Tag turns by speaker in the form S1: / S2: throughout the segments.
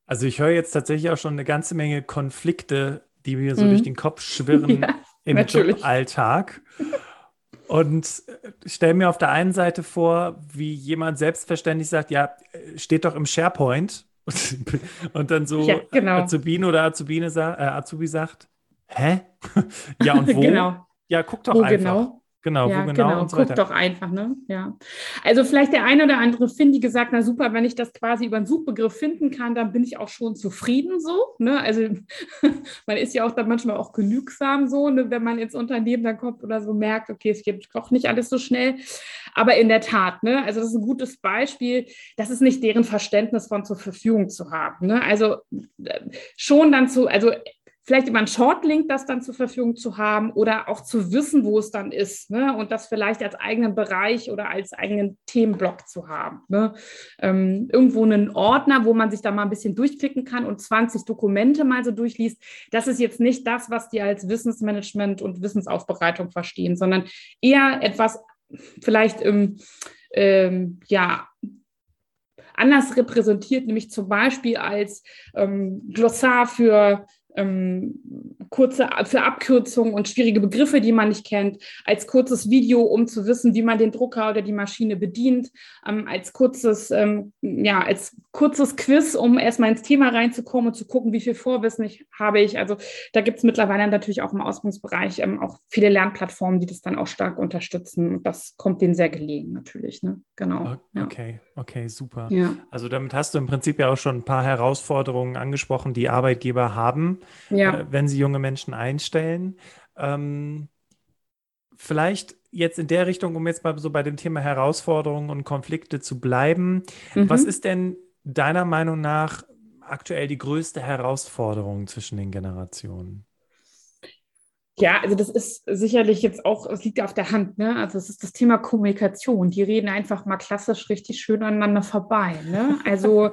S1: Also ich höre jetzt tatsächlich auch schon eine ganze Menge Konflikte, die mir so durch den
S2: Mhm.
S1: Kopf schwirren
S2: Ja,
S1: im
S2: natürlich.
S1: Joballtag. Und stelle mir auf der einen Seite vor, wie jemand selbstverständlich sagt, ja, steht doch im SharePoint. Und dann
S2: Ja,
S1: so
S2: genau.
S1: Azubine oder Azubi sagt, hä? Ja, und wo?
S2: Genau.
S1: Ja, guck doch
S2: Wo
S1: einfach.
S2: genau?
S1: Genau, wo
S2: Ja,
S1: genau
S2: genau.
S1: und so
S2: Guck
S1: weiter.
S2: doch einfach, ne? Ja. Also vielleicht der eine oder andere Findy gesagt, na super, wenn ich das quasi über einen Suchbegriff finden kann, dann bin ich auch schon zufrieden so. Ne? Also man ist ja auch dann manchmal auch genügsam so, ne? Wenn man ins Unternehmen dann kommt oder so merkt, okay, es geht doch nicht alles so schnell. Aber in der Tat, ne? Also das ist ein gutes Beispiel, das ist nicht deren Verständnis von zur Verfügung zu haben. Ne? Also schon dann also vielleicht über einen Shortlink das dann zur Verfügung zu haben oder auch zu wissen, wo es dann ist, ne? Und das vielleicht als eigenen Bereich oder als eigenen Themenblock zu haben. Ne? Irgendwo einen Ordner, wo man sich da mal ein bisschen durchklicken kann und 20 Dokumente mal so durchliest. Das ist jetzt nicht das, was die als Wissensmanagement und Wissensaufbereitung verstehen, sondern eher etwas vielleicht ja, anders repräsentiert, nämlich zum Beispiel als Glossar für Abkürzungen und schwierige Begriffe, die man nicht kennt, als kurzes Video, um zu wissen, wie man den Drucker oder die Maschine bedient, als kurzes Quiz, um erstmal ins Thema reinzukommen und zu gucken, wie viel Vorwissen habe ich. Also da gibt es mittlerweile natürlich auch im Ausbildungsbereich auch viele Lernplattformen, die das dann auch stark unterstützen. Und das kommt denen sehr gelegen natürlich. Ne? Genau. Ja.
S1: Okay, okay, super.
S2: Ja.
S1: Also damit hast du im Prinzip ja auch schon ein paar Herausforderungen angesprochen, die Arbeitgeber haben,
S2: Ja.
S1: wenn sie junge Menschen einstellen. Ähm, Vielleicht jetzt in der Richtung, um jetzt mal so bei dem Thema Herausforderungen und Konflikte zu bleiben. Was
S2: Mhm.
S1: ist denn deiner Meinung nach aktuell die größte Herausforderung zwischen den Generationen?
S2: Ja, also das ist sicherlich jetzt auch, es liegt ja auf der Hand, ne? Also es ist das Thema Kommunikation. Die reden einfach mal klassisch richtig schön aneinander vorbei, ne? Also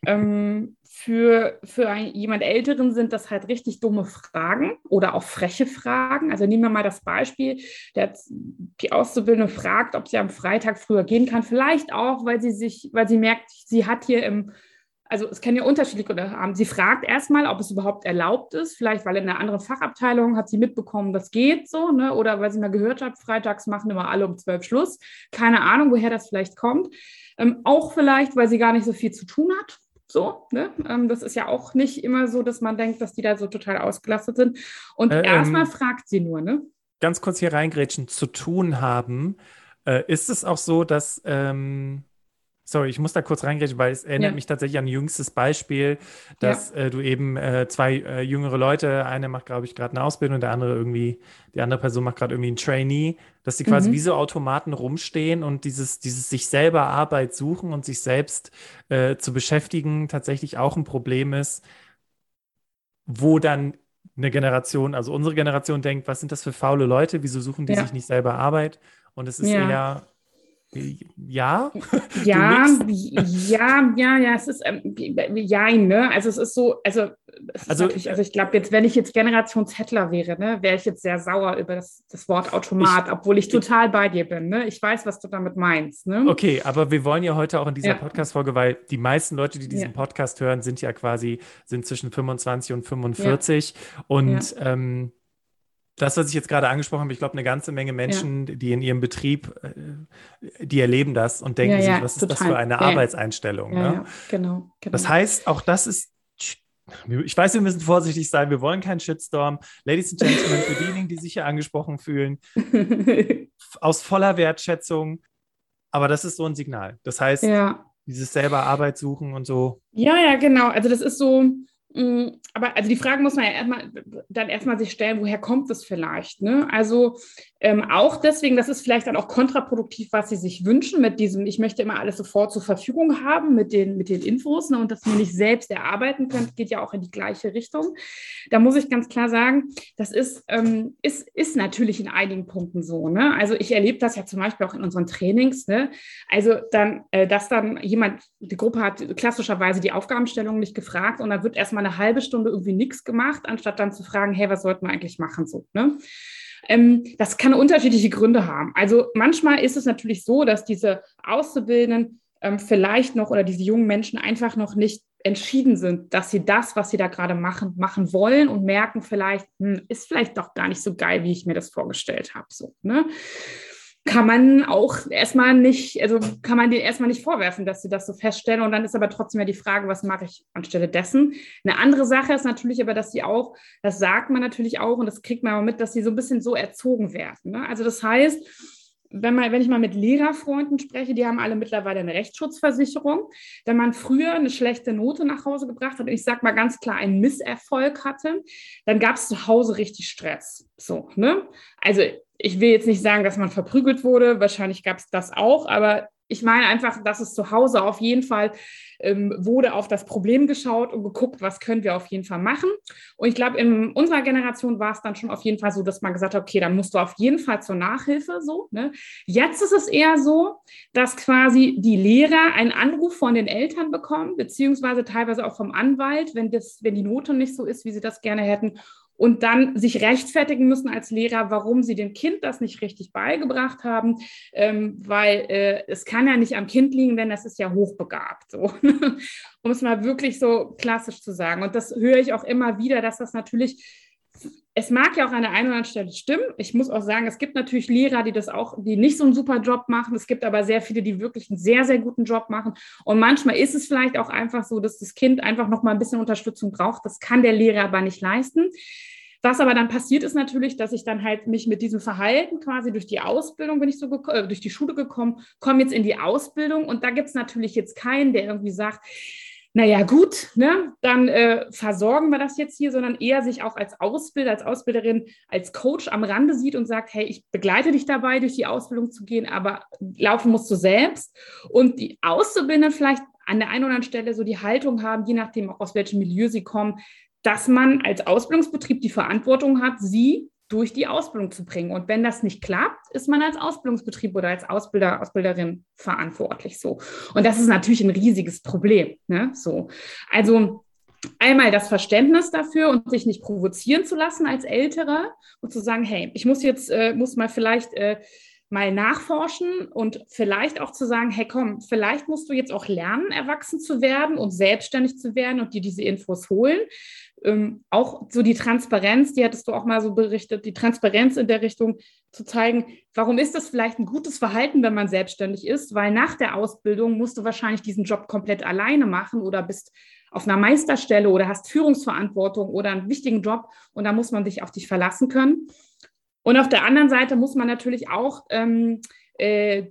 S2: jemand Älteren sind das halt richtig dumme Fragen oder auch freche Fragen. Also nehmen wir mal das Beispiel, die Auszubildende fragt, ob sie am Freitag früher gehen kann. Vielleicht auch, weil sie merkt, sie hat hier also es kann ja unterschiedliche Gründe haben. Sie fragt erstmal, ob es überhaupt erlaubt ist, vielleicht weil in einer anderen Fachabteilung hat sie mitbekommen, das geht so, ne? Oder weil sie mal gehört hat, freitags machen immer alle um 12 Schluss. Keine Ahnung, woher das vielleicht kommt. Auch vielleicht, weil sie gar nicht so viel zu tun hat. So, ne? Das ist ja auch nicht immer so, dass man denkt, dass die da so total ausgelastet sind. Und
S1: Äh,
S2: erstmal
S1: ähm,
S2: fragt sie nur, ne?
S1: Ganz kurz hier reingrätschen, zu tun haben. Ist es auch so, dass sorry, ich muss da kurz reingrätschen, weil es erinnert
S2: Ja,
S1: mich tatsächlich an ein jüngstes Beispiel, dass
S2: ja.
S1: du eben zwei jüngere Leute, eine macht, glaube ich, gerade eine Ausbildung, die andere Person macht gerade irgendwie ein Trainee, dass die quasi wie
S2: Mhm.
S1: so Automaten rumstehen und dieses sich selber Arbeit suchen und sich selbst zu beschäftigen tatsächlich auch ein Problem ist, wo dann eine Generation, also unsere Generation denkt, was sind das für faule Leute, wieso suchen die sich
S2: Ja,
S1: nicht selber Arbeit? Und es ist
S2: ja.
S1: eher, ja, du
S2: Ja,
S1: nix.
S2: ja, es ist jein, ne? Also es ist so, also es ist
S1: Also
S2: natürlich, also ich glaube jetzt, wenn ich jetzt Generation Zettler wäre, ne, wäre ich jetzt sehr sauer über das Wort
S1: ich,
S2: Automat, obwohl ich total bei dir bin, ne? Ich weiß, was du damit meinst, ne?
S1: okay, aber wir wollen ja heute auch in dieser
S2: Ja,
S1: Podcast-Folge, weil die meisten Leute, die
S2: ja,
S1: diesen Podcast hören, sind zwischen 25 und
S2: ja,
S1: 45.
S2: ja,
S1: Und das, was ich jetzt gerade angesprochen habe, ich glaube, eine ganze Menge
S2: ja,
S1: Menschen, die in ihrem Betrieb, die erleben das und
S2: ja,
S1: denken sich,
S2: ja,
S1: was ist das für
S2: total.
S1: eine
S2: Ja,
S1: Arbeitseinstellung,
S2: ja,
S1: ne?
S2: ja, genau,
S1: Das
S2: genau.
S1: heißt, auch das ist, ich weiß, wir müssen vorsichtig sein, wir wollen keinen Shitstorm. Ladies and Gentlemen, für diejenigen, die sich hier angesprochen fühlen, aus voller Wertschätzung, aber das ist so ein Signal. Das heißt,
S2: Ja.
S1: dieses selber Arbeit suchen und so.
S2: Ja, ja, genau. Also das ist so, aber also die Frage muss man ja erstmal sich stellen, woher kommt es vielleicht? Ne? Also auch deswegen, das ist vielleicht dann auch kontraproduktiv, was sie sich wünschen mit diesem, ich möchte immer alles sofort zur Verfügung haben mit den Infos, ne, und das mir nicht selbst erarbeiten könnt, geht ja auch in die gleiche Richtung. Da muss ich ganz klar sagen, das ist natürlich in einigen Punkten so. Ne? Also ich erlebe das ja zum Beispiel auch in unseren Trainings. Ne? Also dann, dass dann die Gruppe hat klassischerweise die Aufgabenstellung nicht gefragt und dann wird erstmal eine halbe Stunde irgendwie nichts gemacht, anstatt dann zu fragen, hey, was sollten wir eigentlich machen? So, ne? Das kann unterschiedliche Gründe haben. Also manchmal ist es natürlich so, dass diese Auszubildenden vielleicht noch oder diese jungen Menschen einfach noch nicht entschieden sind, dass sie das, was sie da gerade machen, machen wollen und merken vielleicht, ist vielleicht doch gar nicht so geil, wie ich mir das vorgestellt habe. So, ne? Kann man auch erstmal nicht, also kann man denen erstmal nicht vorwerfen, dass sie das so feststellen. Und dann ist aber trotzdem ja die Frage, was mache ich anstelle dessen? Eine andere Sache ist natürlich aber, dass sie auch, das sagt man natürlich auch und das kriegt man aber mit, dass sie so ein bisschen so erzogen werden. Ne? Also das heißt, wenn ich mal mit Lehrerfreunden spreche, die haben alle mittlerweile eine Rechtsschutzversicherung. Wenn man früher eine schlechte Note nach Hause gebracht hat und ich sage mal ganz klar einen Misserfolg hatte, dann gab es zu Hause richtig Stress. So, ne? Also ich will jetzt nicht sagen, dass man verprügelt wurde, wahrscheinlich gab es das auch, aber ich meine einfach, dass es zu Hause auf jeden Fall wurde auf das Problem geschaut und geguckt, was können wir auf jeden Fall machen. Und ich glaube, in unserer Generation war es dann schon auf jeden Fall so, dass man gesagt hat, okay, dann musst du auf jeden Fall zur Nachhilfe. So, ne? Jetzt ist es eher so, dass quasi die Lehrer einen Anruf von den Eltern bekommen, beziehungsweise teilweise auch vom Anwalt, wenn die Note nicht so ist, wie sie das gerne hätten. Und dann sich rechtfertigen müssen als Lehrer, warum sie dem Kind das nicht richtig beigebracht haben, weil es kann ja nicht am Kind liegen, denn das ist ja hochbegabt, so. Um es mal wirklich so klassisch zu sagen. Und das höre ich auch immer wieder, dass das natürlich, es mag ja auch an der einen oder anderen Stelle stimmen. Ich muss auch sagen, es gibt natürlich Lehrer, die nicht so einen super Job machen. Es gibt aber sehr viele, die wirklich einen sehr, sehr guten Job machen. Und manchmal ist es vielleicht auch einfach so, dass das Kind einfach noch mal ein bisschen Unterstützung braucht. Das kann der Lehrer aber nicht leisten. Was aber dann passiert ist natürlich, dass ich dann halt mich mit diesem Verhalten quasi durch die Ausbildung, durch die Schule gekommen, komme jetzt in die Ausbildung und da gibt es natürlich jetzt keinen, der irgendwie sagt, naja gut, ne, dann versorgen wir das jetzt hier, sondern eher sich auch als Ausbilder, als Ausbilderin, als Coach am Rande sieht und sagt, hey, ich begleite dich dabei, durch die Ausbildung zu gehen, aber laufen musst du selbst. Und die Auszubildenden vielleicht an der einen oder anderen Stelle so die Haltung haben, je nachdem auch aus welchem Milieu sie kommen, dass man als Ausbildungsbetrieb die Verantwortung hat, sie durch die Ausbildung zu bringen. Und wenn das nicht klappt, ist man als Ausbildungsbetrieb oder als Ausbilder, Ausbilderin verantwortlich so. Und das ist natürlich ein riesiges Problem. Ne? So. Also einmal das Verständnis dafür und sich nicht provozieren zu lassen als Ältere und zu sagen, hey, ich muss mal vielleicht mal nachforschen und vielleicht auch zu sagen, hey komm, vielleicht musst du jetzt auch lernen, erwachsen zu werden und selbstständig zu werden und dir diese Infos holen. Auch so die Transparenz, die hattest du auch mal so berichtet, die Transparenz in der Richtung zu zeigen, warum ist das vielleicht ein gutes Verhalten, wenn man selbstständig ist, weil nach der Ausbildung musst du wahrscheinlich diesen Job komplett alleine machen oder bist auf einer Meisterstelle oder hast Führungsverantwortung oder einen wichtigen Job und da muss man sich auf dich verlassen können. Und auf der anderen Seite muss man natürlich auch der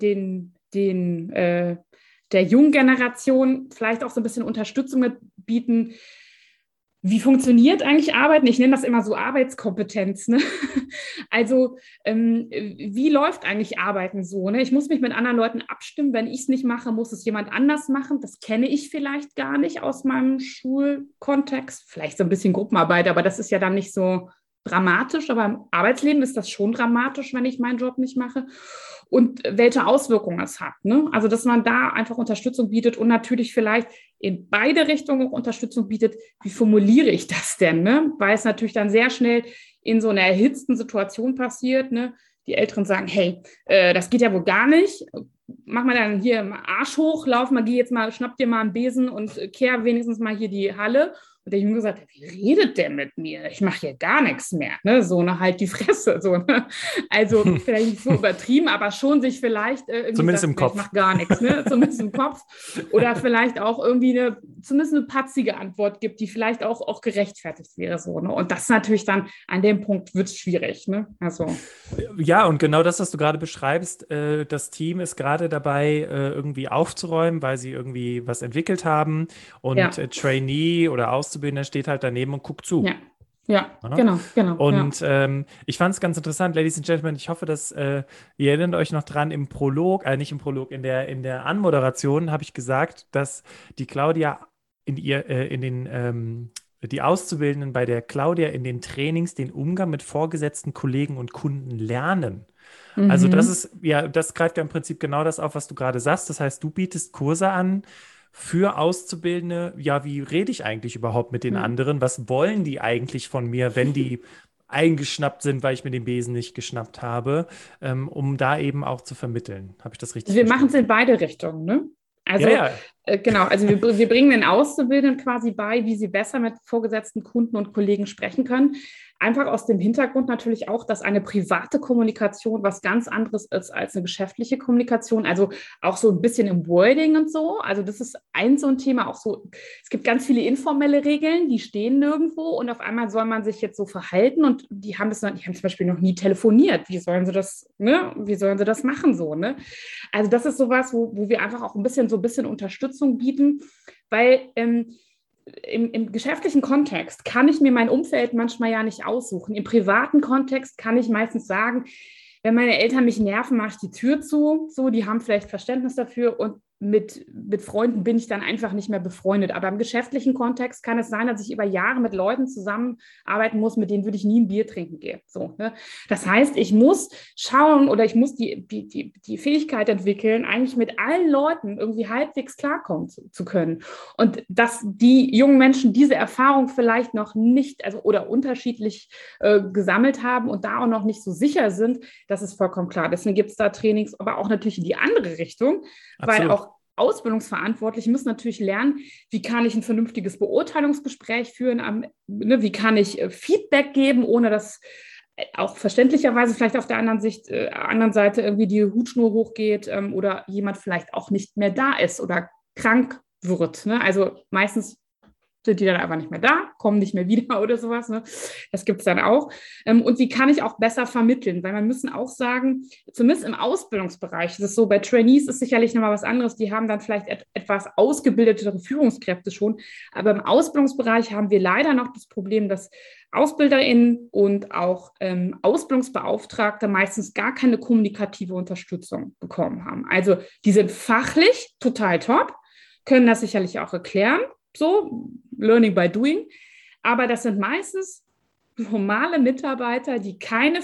S2: jungen Generation vielleicht auch so ein bisschen Unterstützung bieten. Wie funktioniert eigentlich Arbeiten? Ich nenne das immer so Arbeitskompetenz. Ne? Also wie läuft eigentlich Arbeiten so? Ne? Ich muss mich mit anderen Leuten abstimmen. Wenn ich es nicht mache, muss es jemand anders machen. Das kenne ich vielleicht gar nicht aus meinem Schulkontext. Vielleicht so ein bisschen Gruppenarbeit, aber das ist ja dann nicht so dramatisch. Aber im Arbeitsleben ist das schon dramatisch, wenn ich meinen Job nicht mache. Und welche Auswirkungen es hat. Ne? Also, dass man da einfach Unterstützung bietet und natürlich vielleicht in beide Richtungen auch Unterstützung bietet. Wie formuliere ich das denn? Ne? Weil es natürlich dann sehr schnell in so einer erhitzten Situation passiert. Ne? Die Älteren sagen, hey, das geht ja wohl gar nicht. Mach mal dann hier mal Arsch hoch, lauf mal, schnapp dir mal einen Besen und kehr wenigstens mal hier die Halle. Und der Junge gesagt, wie redet der mit mir? Ich mache hier gar nichts mehr. Ne? So, ne, halt die Fresse. So, ne? Also vielleicht nicht so übertrieben, aber schon sich vielleicht
S1: zumindest
S2: sagt,
S1: im Kopf.
S2: Ich mache gar nichts, ne? Zumindest im Kopf. Oder vielleicht auch irgendwie zumindest eine patzige Antwort gibt, die vielleicht auch gerechtfertigt wäre. So, ne? Und das natürlich dann an dem Punkt wird es schwierig. Ne? Also.
S1: Ja, und genau das, was du gerade beschreibst, das Team ist gerade dabei, irgendwie aufzuräumen, weil sie irgendwie was entwickelt haben und
S2: Ja.
S1: Trainee oder Auszubildender steht halt daneben und guckt zu.
S2: Ja,
S1: Ja?
S2: genau.
S1: Und ich fand es ganz interessant, Ladies and Gentlemen, ich hoffe, dass ihr erinnert euch noch dran, im Prolog, nicht im Prolog, in der Anmoderation habe ich gesagt, dass die Claudia die Auszubildenden bei der Claudia in den Trainings den Umgang mit vorgesetzten Kollegen und Kunden lernen. Also das greift ja im Prinzip genau das auf, was du gerade sagst. Das heißt, du bietest Kurse an für Auszubildende. Ja, wie rede ich eigentlich überhaupt mit den anderen? Was wollen die eigentlich von mir, wenn die eingeschnappt sind, weil ich mir den Besen nicht geschnappt habe, um da eben auch zu vermitteln. Habe ich das richtig
S2: Wir machen es
S1: verstanden?
S2: in beide Richtungen, ne? Also
S1: Ja.
S2: Genau, also wir bringen den Auszubildenden quasi bei, wie sie besser mit vorgesetzten Kunden und Kollegen sprechen können. Einfach aus dem Hintergrund natürlich auch, dass eine private Kommunikation was ganz anderes ist als eine geschäftliche Kommunikation. Also auch so ein bisschen im Wording und so. Also das ist so ein Thema. Auch so, es gibt ganz viele informelle Regeln, die stehen nirgendwo und auf einmal soll man sich jetzt so verhalten und die haben zum Beispiel noch nie telefoniert. Wie sollen sie das, ne? Wie sollen sie das machen so, ne? Also das ist sowas, wo wir einfach auch ein bisschen Unterstützung bieten, weil im geschäftlichen Kontext kann ich mir mein Umfeld manchmal ja nicht aussuchen. Im privaten Kontext kann ich meistens sagen, wenn meine Eltern mich nerven, mache ich die Tür zu. So, die haben vielleicht Verständnis dafür und mit Freunden bin ich dann einfach nicht mehr befreundet. Aber im geschäftlichen Kontext kann es sein, dass ich über Jahre mit Leuten zusammenarbeiten muss, mit denen würde ich nie ein Bier trinken gehen. So, ne? Das heißt, ich muss schauen oder ich muss die Fähigkeit entwickeln, eigentlich mit allen Leuten irgendwie halbwegs klarkommen zu können. Und dass die jungen Menschen diese Erfahrung vielleicht noch nicht, also oder unterschiedlich gesammelt haben und da auch noch nicht so sicher sind, das ist vollkommen klar. Deswegen gibt es da Trainings, aber auch natürlich in die andere Richtung,
S1: Absolut.
S2: weil auch Ausbildungsverantwortliche müssen natürlich lernen, wie kann ich ein vernünftiges Beurteilungsgespräch führen, wie kann ich Feedback geben, ohne dass auch verständlicherweise vielleicht auf der anderen Seite irgendwie die Hutschnur hochgeht oder jemand vielleicht auch nicht mehr da ist oder krank wird. Ne? Also meistens sind die dann einfach nicht mehr da, kommen nicht mehr wieder oder sowas. Ne? Das gibt es dann auch. Und wie kann ich auch besser vermitteln? Weil man müssen auch sagen, zumindest im Ausbildungsbereich, das ist so, bei Trainees ist sicherlich nochmal was anderes, die haben dann vielleicht etwas ausgebildetere Führungskräfte schon, aber im Ausbildungsbereich haben wir leider noch das Problem, dass AusbilderInnen und auch Ausbildungsbeauftragte meistens gar keine kommunikative Unterstützung bekommen haben. Also die sind fachlich total top, können das sicherlich auch erklären, so, Learning by Doing. Aber das sind meistens normale Mitarbeiter, die keine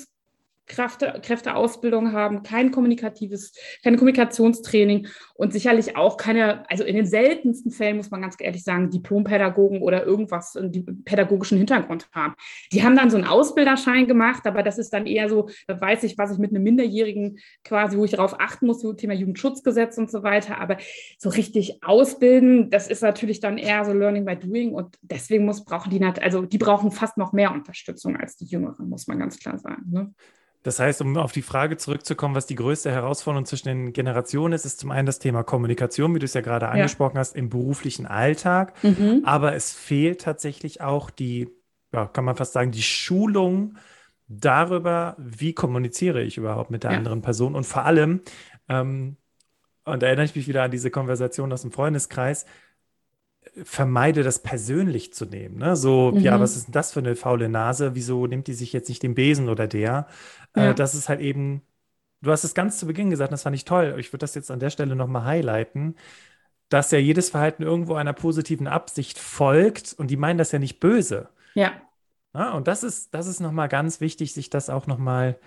S2: Führungskräfteausbildung haben, kein Kommunikationstraining und sicherlich auch also in den seltensten Fällen, muss man ganz ehrlich sagen, Diplompädagogen oder irgendwas einen pädagogischen Hintergrund haben. Die haben dann so einen Ausbilderschein gemacht, aber das ist dann eher so, da weiß ich, was ich mit einem Minderjährigen quasi, wo ich darauf achten muss, so Thema Jugendschutzgesetz und so weiter, aber so richtig ausbilden, das ist natürlich dann eher so Learning by Doing und deswegen die brauchen fast noch mehr Unterstützung als die Jüngeren, muss man ganz klar sagen. Ne?
S1: Das heißt, um auf die Frage zurückzukommen, was die größte Herausforderung zwischen den Generationen ist zum einen das Thema Kommunikation, wie du es ja gerade angesprochen hast, im beruflichen Alltag. Aber es fehlt tatsächlich auch kann man fast sagen, die Schulung darüber, wie kommuniziere ich überhaupt mit der anderen Person. Und vor allem, und da erinnere ich mich wieder an diese Konversation aus dem Freundeskreis, vermeide das persönlich zu nehmen. Ne? So, ja, was ist denn das für eine faule Nase? Wieso nimmt die sich jetzt nicht den Besen oder der? Das ist halt eben, du hast es ganz zu Beginn gesagt, das fand ich toll. Ich würde das jetzt an der Stelle nochmal highlighten, dass ja jedes Verhalten irgendwo einer positiven Absicht folgt und die meinen das ja nicht böse.
S2: Ja.
S1: Ja, und das ist nochmal ganz wichtig, sich das auch nochmal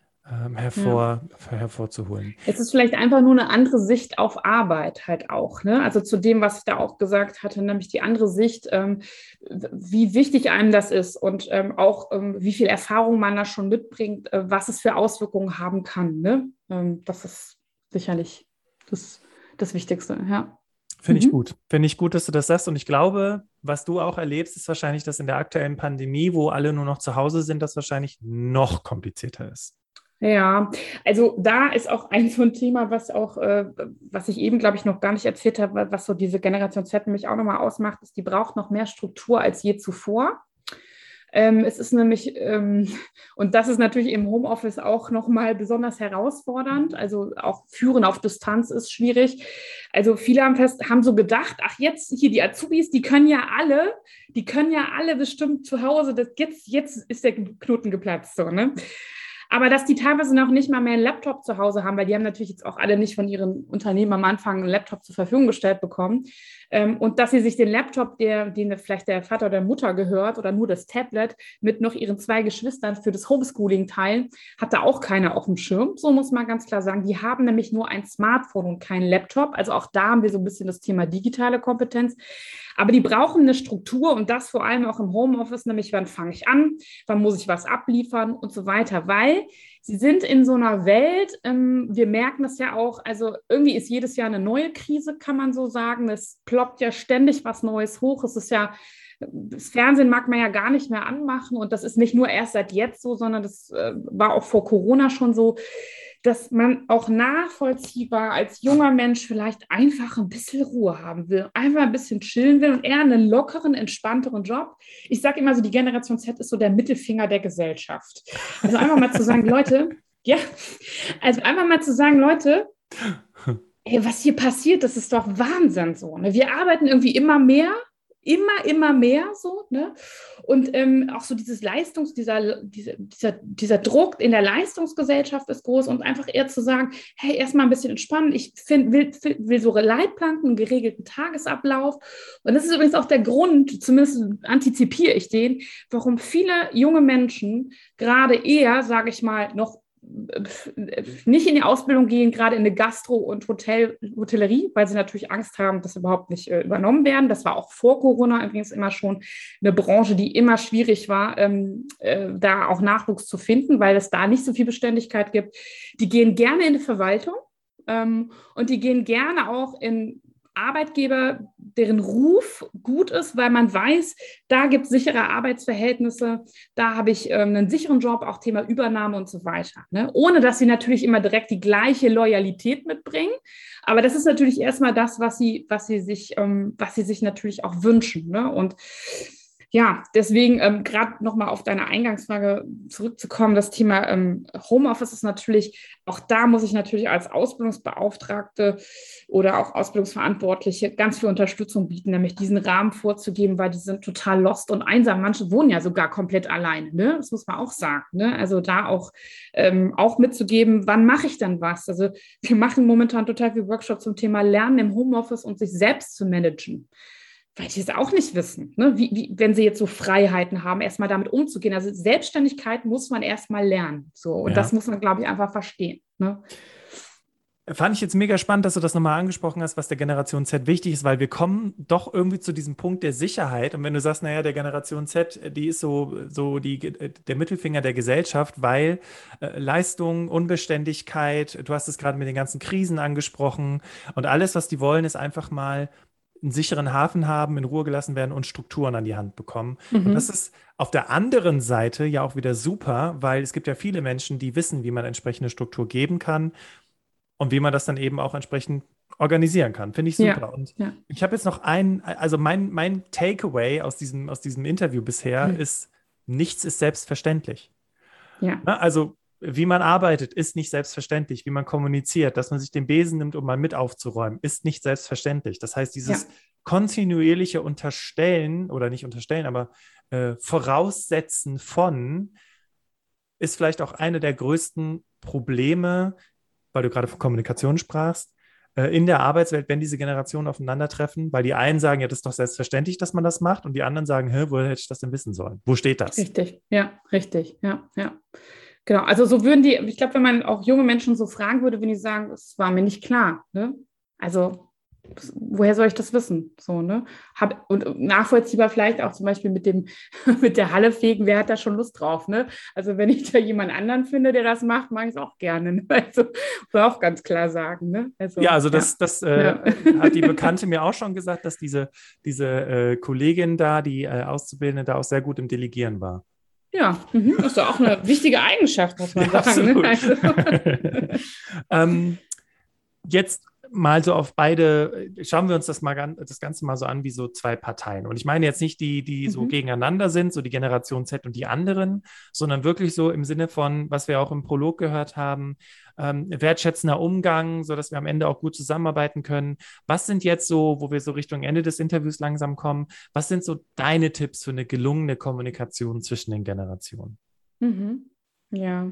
S1: hervorzuholen.
S2: Es ist vielleicht einfach nur eine andere Sicht auf Arbeit halt auch. Ne? Also zu dem, was ich da auch gesagt hatte, nämlich die andere Sicht, wie wichtig einem das ist und auch wie viel Erfahrung man da schon mitbringt, was es für Auswirkungen haben kann. Ne? Das ist sicherlich das Wichtigste. Ja.
S1: Finde ich gut. Finde ich gut, dass du das sagst. Und ich glaube, was du auch erlebst, ist wahrscheinlich, dass in der aktuellen Pandemie, wo alle nur noch zu Hause sind, das wahrscheinlich noch komplizierter ist.
S2: Ja, also da ist auch so ein Thema, was ich eben, glaube ich, noch gar nicht erzählt habe, was so diese Generation Z nämlich auch nochmal ausmacht, ist, die braucht noch mehr Struktur als je zuvor. Es ist nämlich, und das ist natürlich im Homeoffice auch nochmal besonders herausfordernd, also auch Führen auf Distanz ist schwierig. Also viele haben so gedacht, ach jetzt hier die Azubis, die können ja alle bestimmt zu Hause, jetzt ist der Knoten geplatzt, so, ne? Aber dass die teilweise noch nicht mal mehr einen Laptop zu Hause haben, weil die haben natürlich jetzt auch alle nicht von ihren Unternehmen am Anfang einen Laptop zur Verfügung gestellt bekommen. Und dass sie sich den Laptop, den vielleicht der Vater oder Mutter gehört oder nur das Tablet mit noch ihren 2 Geschwistern für das Homeschooling teilen, hat da auch keiner auf dem Schirm. So muss man ganz klar sagen. Die haben nämlich nur ein Smartphone und keinen Laptop. Also auch da haben wir so ein bisschen das Thema digitale Kompetenz. Aber die brauchen eine Struktur und das vor allem auch im Homeoffice, nämlich wann fange ich an, wann muss ich was abliefern und so weiter, weil sie sind in so einer Welt, wir merken das ja auch, also irgendwie ist jedes Jahr eine neue Krise, kann man so sagen. Es ploppt ja ständig was Neues hoch. Es ist ja, das Fernsehen mag man ja gar nicht mehr anmachen und das ist nicht nur erst seit jetzt so, sondern das war auch vor Corona schon so, dass man auch nachvollziehbar als junger Mensch vielleicht einfach ein bisschen Ruhe haben will, einfach ein bisschen chillen will und eher einen lockeren, entspannteren Job. Ich sage immer so, die Generation Z ist so der Mittelfinger der Gesellschaft. Also einfach mal zu sagen, Leute, ja, also einfach mal zu sagen, Leute, ey, was hier passiert, das ist doch Wahnsinn so. Ne? Wir arbeiten irgendwie immer mehr so, ne? Und auch so dieses dieser Druck in der Leistungsgesellschaft ist groß und einfach eher zu sagen, hey, erstmal ein bisschen entspannen. Ich will so Leitplanken, einen geregelten Tagesablauf. Und das ist übrigens auch der Grund, zumindest antizipiere ich den, warum viele junge Menschen gerade eher, sage ich mal, noch nicht in die Ausbildung gehen, gerade in eine Gastro- und Hotellerie, weil sie natürlich Angst haben, dass sie überhaupt nicht übernommen werden. Das war auch vor Corona übrigens immer schon eine Branche, die immer schwierig war, da auch Nachwuchs zu finden, weil es da nicht so viel Beständigkeit gibt. Die gehen gerne in die Verwaltung und die gehen gerne auch in Arbeitgeber, deren Ruf gut ist, weil man weiß, da gibt es sichere Arbeitsverhältnisse, da habe ich einen sicheren Job, auch Thema Übernahme und so weiter. Ne? Ohne, dass sie natürlich immer direkt die gleiche Loyalität mitbringen. Aber das ist natürlich erstmal das, was sie sich natürlich auch wünschen. Ne? Und ja, deswegen gerade nochmal auf deine Eingangsfrage zurückzukommen, das Thema Homeoffice ist natürlich, auch da muss ich natürlich als Ausbildungsbeauftragte oder auch Ausbildungsverantwortliche ganz viel Unterstützung bieten, nämlich diesen Rahmen vorzugeben, weil die sind total lost und einsam. Manche wohnen ja sogar komplett alleine, ne? Das muss man auch sagen. Ne? Also da auch mitzugeben, wann mache ich dann was? Also wir machen momentan total viel Workshops zum Thema Lernen im Homeoffice und sich selbst zu managen. Weil die es auch nicht wissen, ne? Wenn sie jetzt so Freiheiten haben, erstmal damit umzugehen. Also Selbstständigkeit muss man erstmal lernen. So. Und das muss man, glaube ich, einfach verstehen. Ne?
S1: Fand ich jetzt mega spannend, dass du das nochmal angesprochen hast, was der Generation Z wichtig ist, weil wir kommen doch irgendwie zu diesem Punkt der Sicherheit. Und wenn du sagst, naja, der Generation Z, die ist der Mittelfinger der Gesellschaft, weil Leistung, Unbeständigkeit, du hast es gerade mit den ganzen Krisen angesprochen und alles, was die wollen, ist einfach mal einen sicheren Hafen haben, in Ruhe gelassen werden und Strukturen an die Hand bekommen. Und das ist auf der anderen Seite ja auch wieder super, weil es gibt ja viele Menschen, die wissen, wie man entsprechende Struktur geben kann und wie man das dann eben auch entsprechend organisieren kann. Finde ich super.
S2: Ja,
S1: Und
S2: ja.
S1: ich habe jetzt noch also mein Takeaway aus diesem Interview bisher ist, nichts ist selbstverständlich.
S2: Ja.
S1: Ne? Also wie man arbeitet, ist nicht selbstverständlich. Wie man kommuniziert, dass man sich den Besen nimmt, um mal mit aufzuräumen, ist nicht selbstverständlich. Das heißt, dieses kontinuierliche Unterstellen oder nicht unterstellen, aber Voraussetzen von ist vielleicht auch eine der größten Probleme, weil du gerade von Kommunikation sprachst, in der Arbeitswelt, wenn diese Generationen aufeinandertreffen, weil die einen sagen, ja, das ist doch selbstverständlich, dass man das macht, und die anderen sagen, woher hätte ich das denn wissen sollen? Wo steht das?
S2: Richtig, ja, richtig, ja, ja. Genau, also so würden die, ich glaube, wenn man auch junge Menschen so fragen würde, würden die sagen, es war mir nicht klar. Ne? Also woher soll ich das wissen? So, ne? Und nachvollziehbar vielleicht auch zum Beispiel mit der Halle fegen, wer hat da schon Lust drauf? Ne? Also wenn ich da jemand anderen finde, der das macht, mache ich es auch gerne. Ne? Also muss auch ganz klar sagen. Ne? Also,
S1: ja, also das hat die Bekannte mir auch schon gesagt, dass diese Kollegin da, die Auszubildende, da auch sehr gut im Delegieren war.
S2: Ja, ist doch auch eine wichtige Eigenschaft, muss man sagen. Ne?
S1: Also, jetzt mal so auf beide, schauen wir uns das Ganze mal so an wie so zwei Parteien. Und ich meine jetzt nicht die so gegeneinander sind, so die Generation Z und die anderen, sondern wirklich so im Sinne von, was wir auch im Prolog gehört haben, wertschätzender Umgang, sodass wir am Ende auch gut zusammenarbeiten können. Was sind jetzt so, wo wir so Richtung Ende des Interviews langsam kommen, was sind so deine Tipps für eine gelungene Kommunikation zwischen den Generationen?
S2: Ja,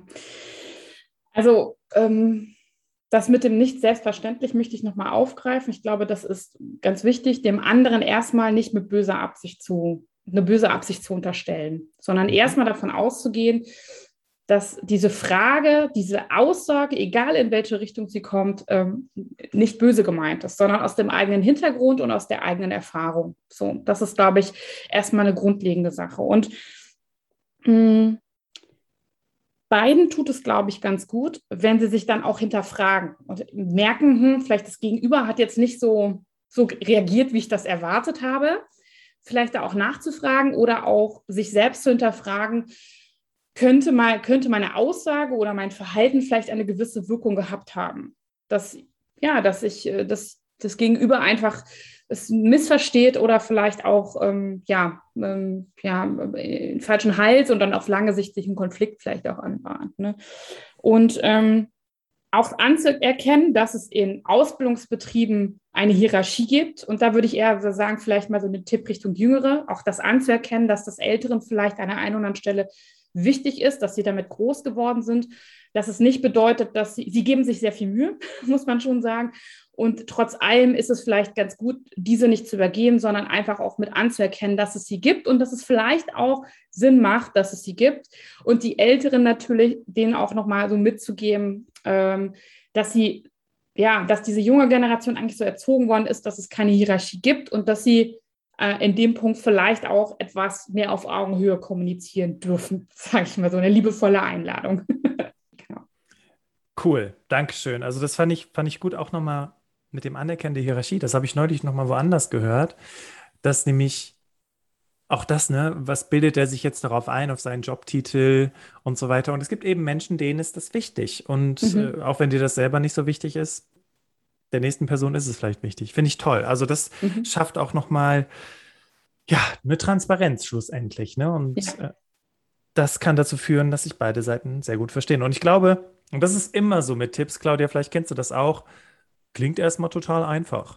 S2: also das mit dem nicht selbstverständlich möchte ich nochmal aufgreifen. Ich glaube, das ist ganz wichtig, dem anderen erstmal nicht mit eine böse Absicht zu unterstellen, sondern erstmal davon auszugehen, dass diese Frage, diese Aussage, egal in welche Richtung sie kommt, nicht böse gemeint ist, sondern aus dem eigenen Hintergrund und aus der eigenen Erfahrung. So, das ist, glaube ich, erstmal eine grundlegende Sache. Und Beiden tut es, glaube ich, ganz gut, wenn sie sich dann auch hinterfragen und merken, vielleicht das Gegenüber hat jetzt nicht so reagiert, wie ich das erwartet habe. Vielleicht da auch nachzufragen oder auch sich selbst zu hinterfragen, könnte meine Aussage oder mein Verhalten vielleicht eine gewisse Wirkung gehabt haben. Dass das Gegenüber einfach es missversteht oder vielleicht auch einen falschen Hals und dann auf lange Sicht sich einen Konflikt vielleicht auch anbahnt. Ne? Und auch anzuerkennen, dass es in Ausbildungsbetrieben eine Hierarchie gibt. Und da würde ich eher sagen, vielleicht mal so einen Tipp Richtung Jüngere, auch das anzuerkennen, dass das Älteren vielleicht an der einen oder anderen Stelle wichtig ist, dass sie damit groß geworden sind, dass es nicht bedeutet, dass sie geben sich sehr viel Mühe, muss man schon sagen. Und trotz allem ist es vielleicht ganz gut, diese nicht zu übergehen, sondern einfach auch mit anzuerkennen, dass es sie gibt und dass es vielleicht auch Sinn macht, dass es sie gibt. Und die Älteren natürlich, denen auch nochmal so mitzugeben, dass diese junge Generation eigentlich so erzogen worden ist, dass es keine Hierarchie gibt und dass sie in dem Punkt vielleicht auch etwas mehr auf Augenhöhe kommunizieren dürfen, sage ich mal, so eine liebevolle Einladung. Genau.
S1: Cool, Dankeschön. Also das fand ich gut auch nochmal mit dem Anerkennen der Hierarchie. Das habe ich neulich nochmal woanders gehört, dass nämlich auch das, ne, was bildet er sich jetzt darauf ein, auf seinen Jobtitel und so weiter. Und es gibt eben Menschen, denen ist das wichtig. Und auch wenn dir das selber nicht so wichtig ist, der nächsten Person ist es vielleicht wichtig. Finde ich toll. Also das schafft auch nochmal, ja, eine Transparenz schlussendlich. Ne? Und das kann dazu führen, dass sich beide Seiten sehr gut verstehen. Und ich glaube, und das ist immer so mit Tipps, Claudia, vielleicht kennst du das auch, klingt erstmal total einfach.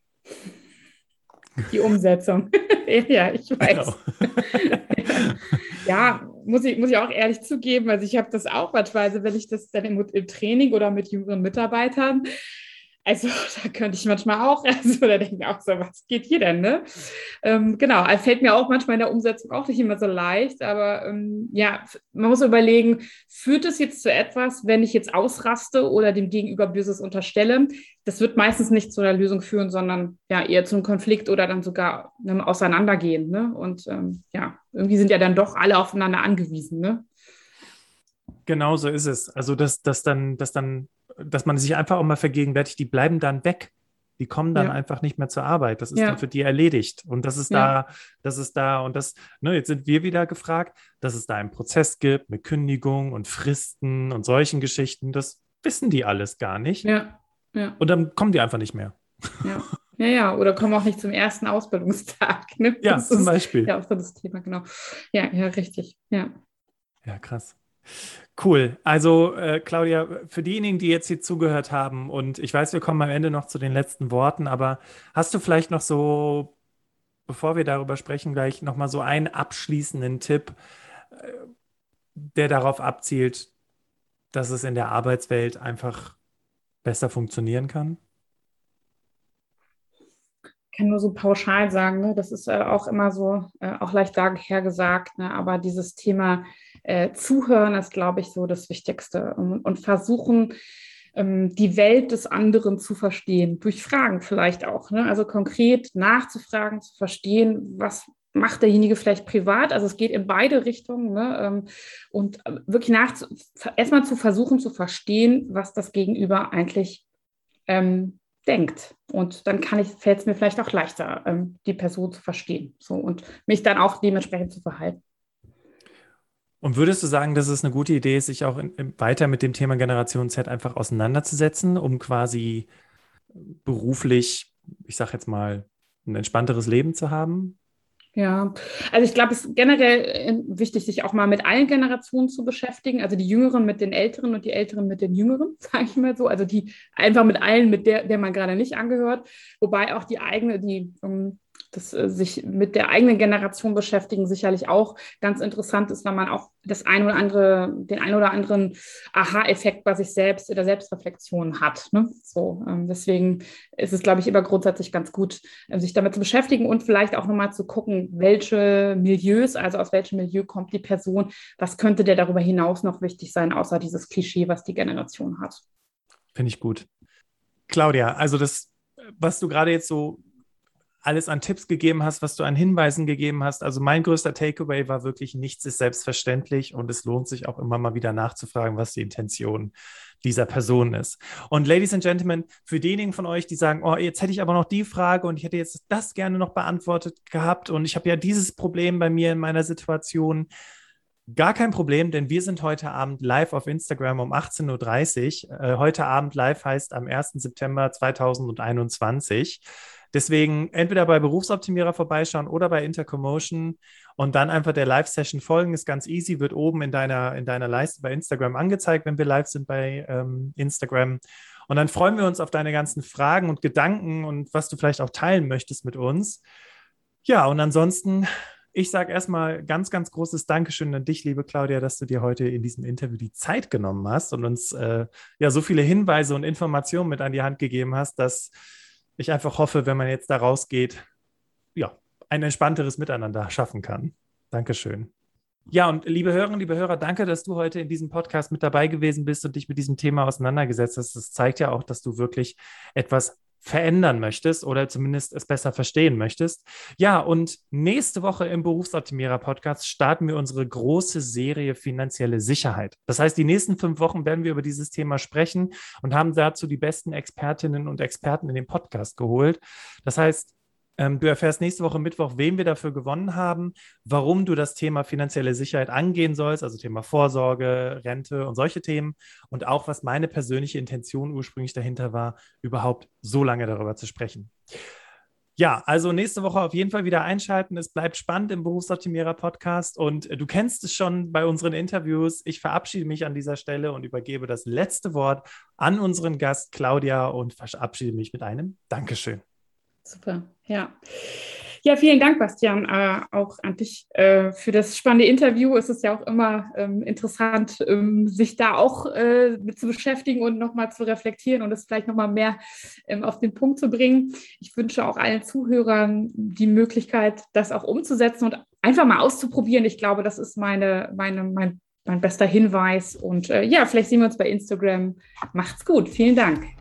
S2: Die Umsetzung. Ja, ich weiß.
S1: Genau.
S2: Ja, muss ich auch ehrlich zugeben. Also ich habe das auch manchmal, wenn ich das dann im Training oder mit jüngeren Mitarbeitern, also da könnte ich manchmal auch, da denke ich auch so, was geht hier denn, ne? Genau, fällt mir auch manchmal in der Umsetzung auch nicht immer so leicht, aber man muss überlegen, führt es jetzt zu etwas, wenn ich jetzt ausraste oder dem Gegenüber Böses unterstelle? Das wird meistens nicht zu einer Lösung führen, sondern ja eher zu einem Konflikt oder dann sogar einem Auseinandergehen, ne? Und irgendwie sind ja dann doch alle aufeinander angewiesen, ne?
S1: Genau so ist es. Also, dass man sich einfach auch mal vergegenwärtigt, die bleiben dann weg. Die kommen dann
S2: Ja,
S1: einfach nicht mehr zur Arbeit. Das ist dann
S2: ja,
S1: für die erledigt. Und
S2: ja,
S1: das ist da und das, ne, jetzt sind wir wieder gefragt, dass es da einen Prozess gibt mit Kündigung und Fristen und solchen Geschichten. Das wissen die alles gar nicht.
S2: ja, ja,
S1: Und dann kommen die einfach nicht mehr.
S2: ja. Ja, ja, oder kommen auch nicht zum ersten Ausbildungstag. Ne?
S1: Ja,
S2: Das
S1: zum
S2: ist
S1: Beispiel.
S2: ja auch so das Thema, genau. Ja, ja, richtig. Ja.
S1: Ja, krass. Cool. Also, Claudia, für diejenigen, die jetzt hier zugehört haben, und ich weiß, wir kommen am Ende noch zu den letzten Worten, aber hast du vielleicht noch so, bevor wir darüber sprechen, gleich nochmal so einen abschließenden Tipp, äh, der darauf abzielt, dass es in der Arbeitswelt einfach besser funktionieren kann?
S2: Ich kann nur so pauschal sagen, ne? Das ist auch immer so, auch leicht dahergesagt, ne? Aber dieses Thema Zuhören ist, glaube ich, so das Wichtigste und versuchen, die Welt des anderen zu verstehen, durch Fragen vielleicht auch, ne? Also konkret nachzufragen, zu verstehen, was macht derjenige vielleicht privat, also es geht in beide Richtungen, ne? Und wirklich erstmal zu versuchen zu verstehen, was das Gegenüber eigentlich denkt. Und dann fällt es mir vielleicht auch leichter, die Person zu verstehen. So und mich dann auch dementsprechend zu verhalten.
S1: Und würdest du sagen, dass es eine gute Idee ist, sich auch weiter mit dem Thema Generation Z einfach auseinanderzusetzen, um quasi beruflich, ich sag jetzt mal, ein entspannteres Leben zu haben?
S2: Ja, also ich glaube, es ist generell wichtig, sich auch mal mit allen Generationen zu beschäftigen. Also die Jüngeren mit den Älteren und die Älteren mit den Jüngeren, sage ich mal so. Also die einfach mit allen, mit der man gerade nicht angehört. Wobei auch sich mit der eigenen Generation beschäftigen sicherlich auch ganz interessant ist, weil man auch den ein oder anderen Aha-Effekt bei sich selbst in der Selbstreflexion hat. Ne? So, deswegen ist es, glaube ich, immer grundsätzlich ganz gut, sich damit zu beschäftigen und vielleicht auch nochmal zu gucken, welche Milieus, also aus welchem Milieu kommt die Person, was könnte der darüber hinaus noch wichtig sein, außer dieses Klischee, was die Generation hat.
S1: Finde ich gut. Claudia, also das, was du gerade jetzt so alles an Tipps gegeben hast, was du an Hinweisen gegeben hast. Also mein größter Takeaway war wirklich, nichts ist selbstverständlich und es lohnt sich auch immer mal wieder nachzufragen, was die Intention dieser Person ist. Und Ladies and Gentlemen, für diejenigen von euch, die sagen, oh, jetzt hätte ich aber noch die Frage und ich hätte jetzt das gerne noch beantwortet gehabt und ich habe ja dieses Problem bei mir in meiner Situation. Gar kein Problem, denn wir sind heute Abend live auf Instagram um 18:30 Uhr. Heute Abend live heißt am 1. September 2021. Deswegen entweder bei Berufsoptimierer vorbeischauen oder bei Intercommotion und dann einfach der Live-Session folgen. Ist ganz easy, wird oben in deiner Leiste bei Instagram angezeigt, wenn wir live sind bei Instagram. Und dann freuen wir uns auf deine ganzen Fragen und Gedanken und was du vielleicht auch teilen möchtest mit uns. Ja, und ansonsten, ich sage erstmal ganz, ganz großes Dankeschön an dich, liebe Claudia, dass du dir heute in diesem Interview die Zeit genommen hast und uns ja so viele Hinweise und Informationen mit an die Hand gegeben hast, dass ich einfach hoffe, wenn man jetzt da rausgeht, ja, ein entspannteres Miteinander schaffen kann. Dankeschön. Ja, und liebe Hörerinnen, liebe Hörer, danke, dass du heute in diesem Podcast mit dabei gewesen bist und dich mit diesem Thema auseinandergesetzt hast. Das zeigt ja auch, dass du wirklich etwas verändern möchtest oder zumindest es besser verstehen möchtest. Ja, und nächste Woche im Berufsoptimierer-Podcast starten wir unsere große Serie finanzielle Sicherheit. Das heißt, die nächsten 5 Wochen werden wir über dieses Thema sprechen und haben dazu die besten Expertinnen und Experten in den Podcast geholt. Das heißt, du erfährst nächste Woche Mittwoch, wen wir dafür gewonnen haben, warum du das Thema finanzielle Sicherheit angehen sollst, also Thema Vorsorge, Rente und solche Themen und auch, was meine persönliche Intention ursprünglich dahinter war, überhaupt so lange darüber zu sprechen. Ja, also nächste Woche auf jeden Fall wieder einschalten. Es bleibt spannend im Berufsoptimierer-Podcast und du kennst es schon bei unseren Interviews. Ich verabschiede mich an dieser Stelle und übergebe das letzte Wort an unseren Gast Claudia und verabschiede mich mit einem Dankeschön.
S2: Super, ja. Ja, vielen Dank, Bastian, auch an dich für das spannende Interview. Es ist ja auch immer interessant, sich da auch mit zu beschäftigen und nochmal zu reflektieren und es vielleicht nochmal mehr auf den Punkt zu bringen. Ich wünsche auch allen Zuhörern die Möglichkeit, das auch umzusetzen und einfach mal auszuprobieren. Ich glaube, das ist mein bester Hinweis. Und ja, vielleicht sehen wir uns bei Instagram. Macht's gut. Vielen Dank.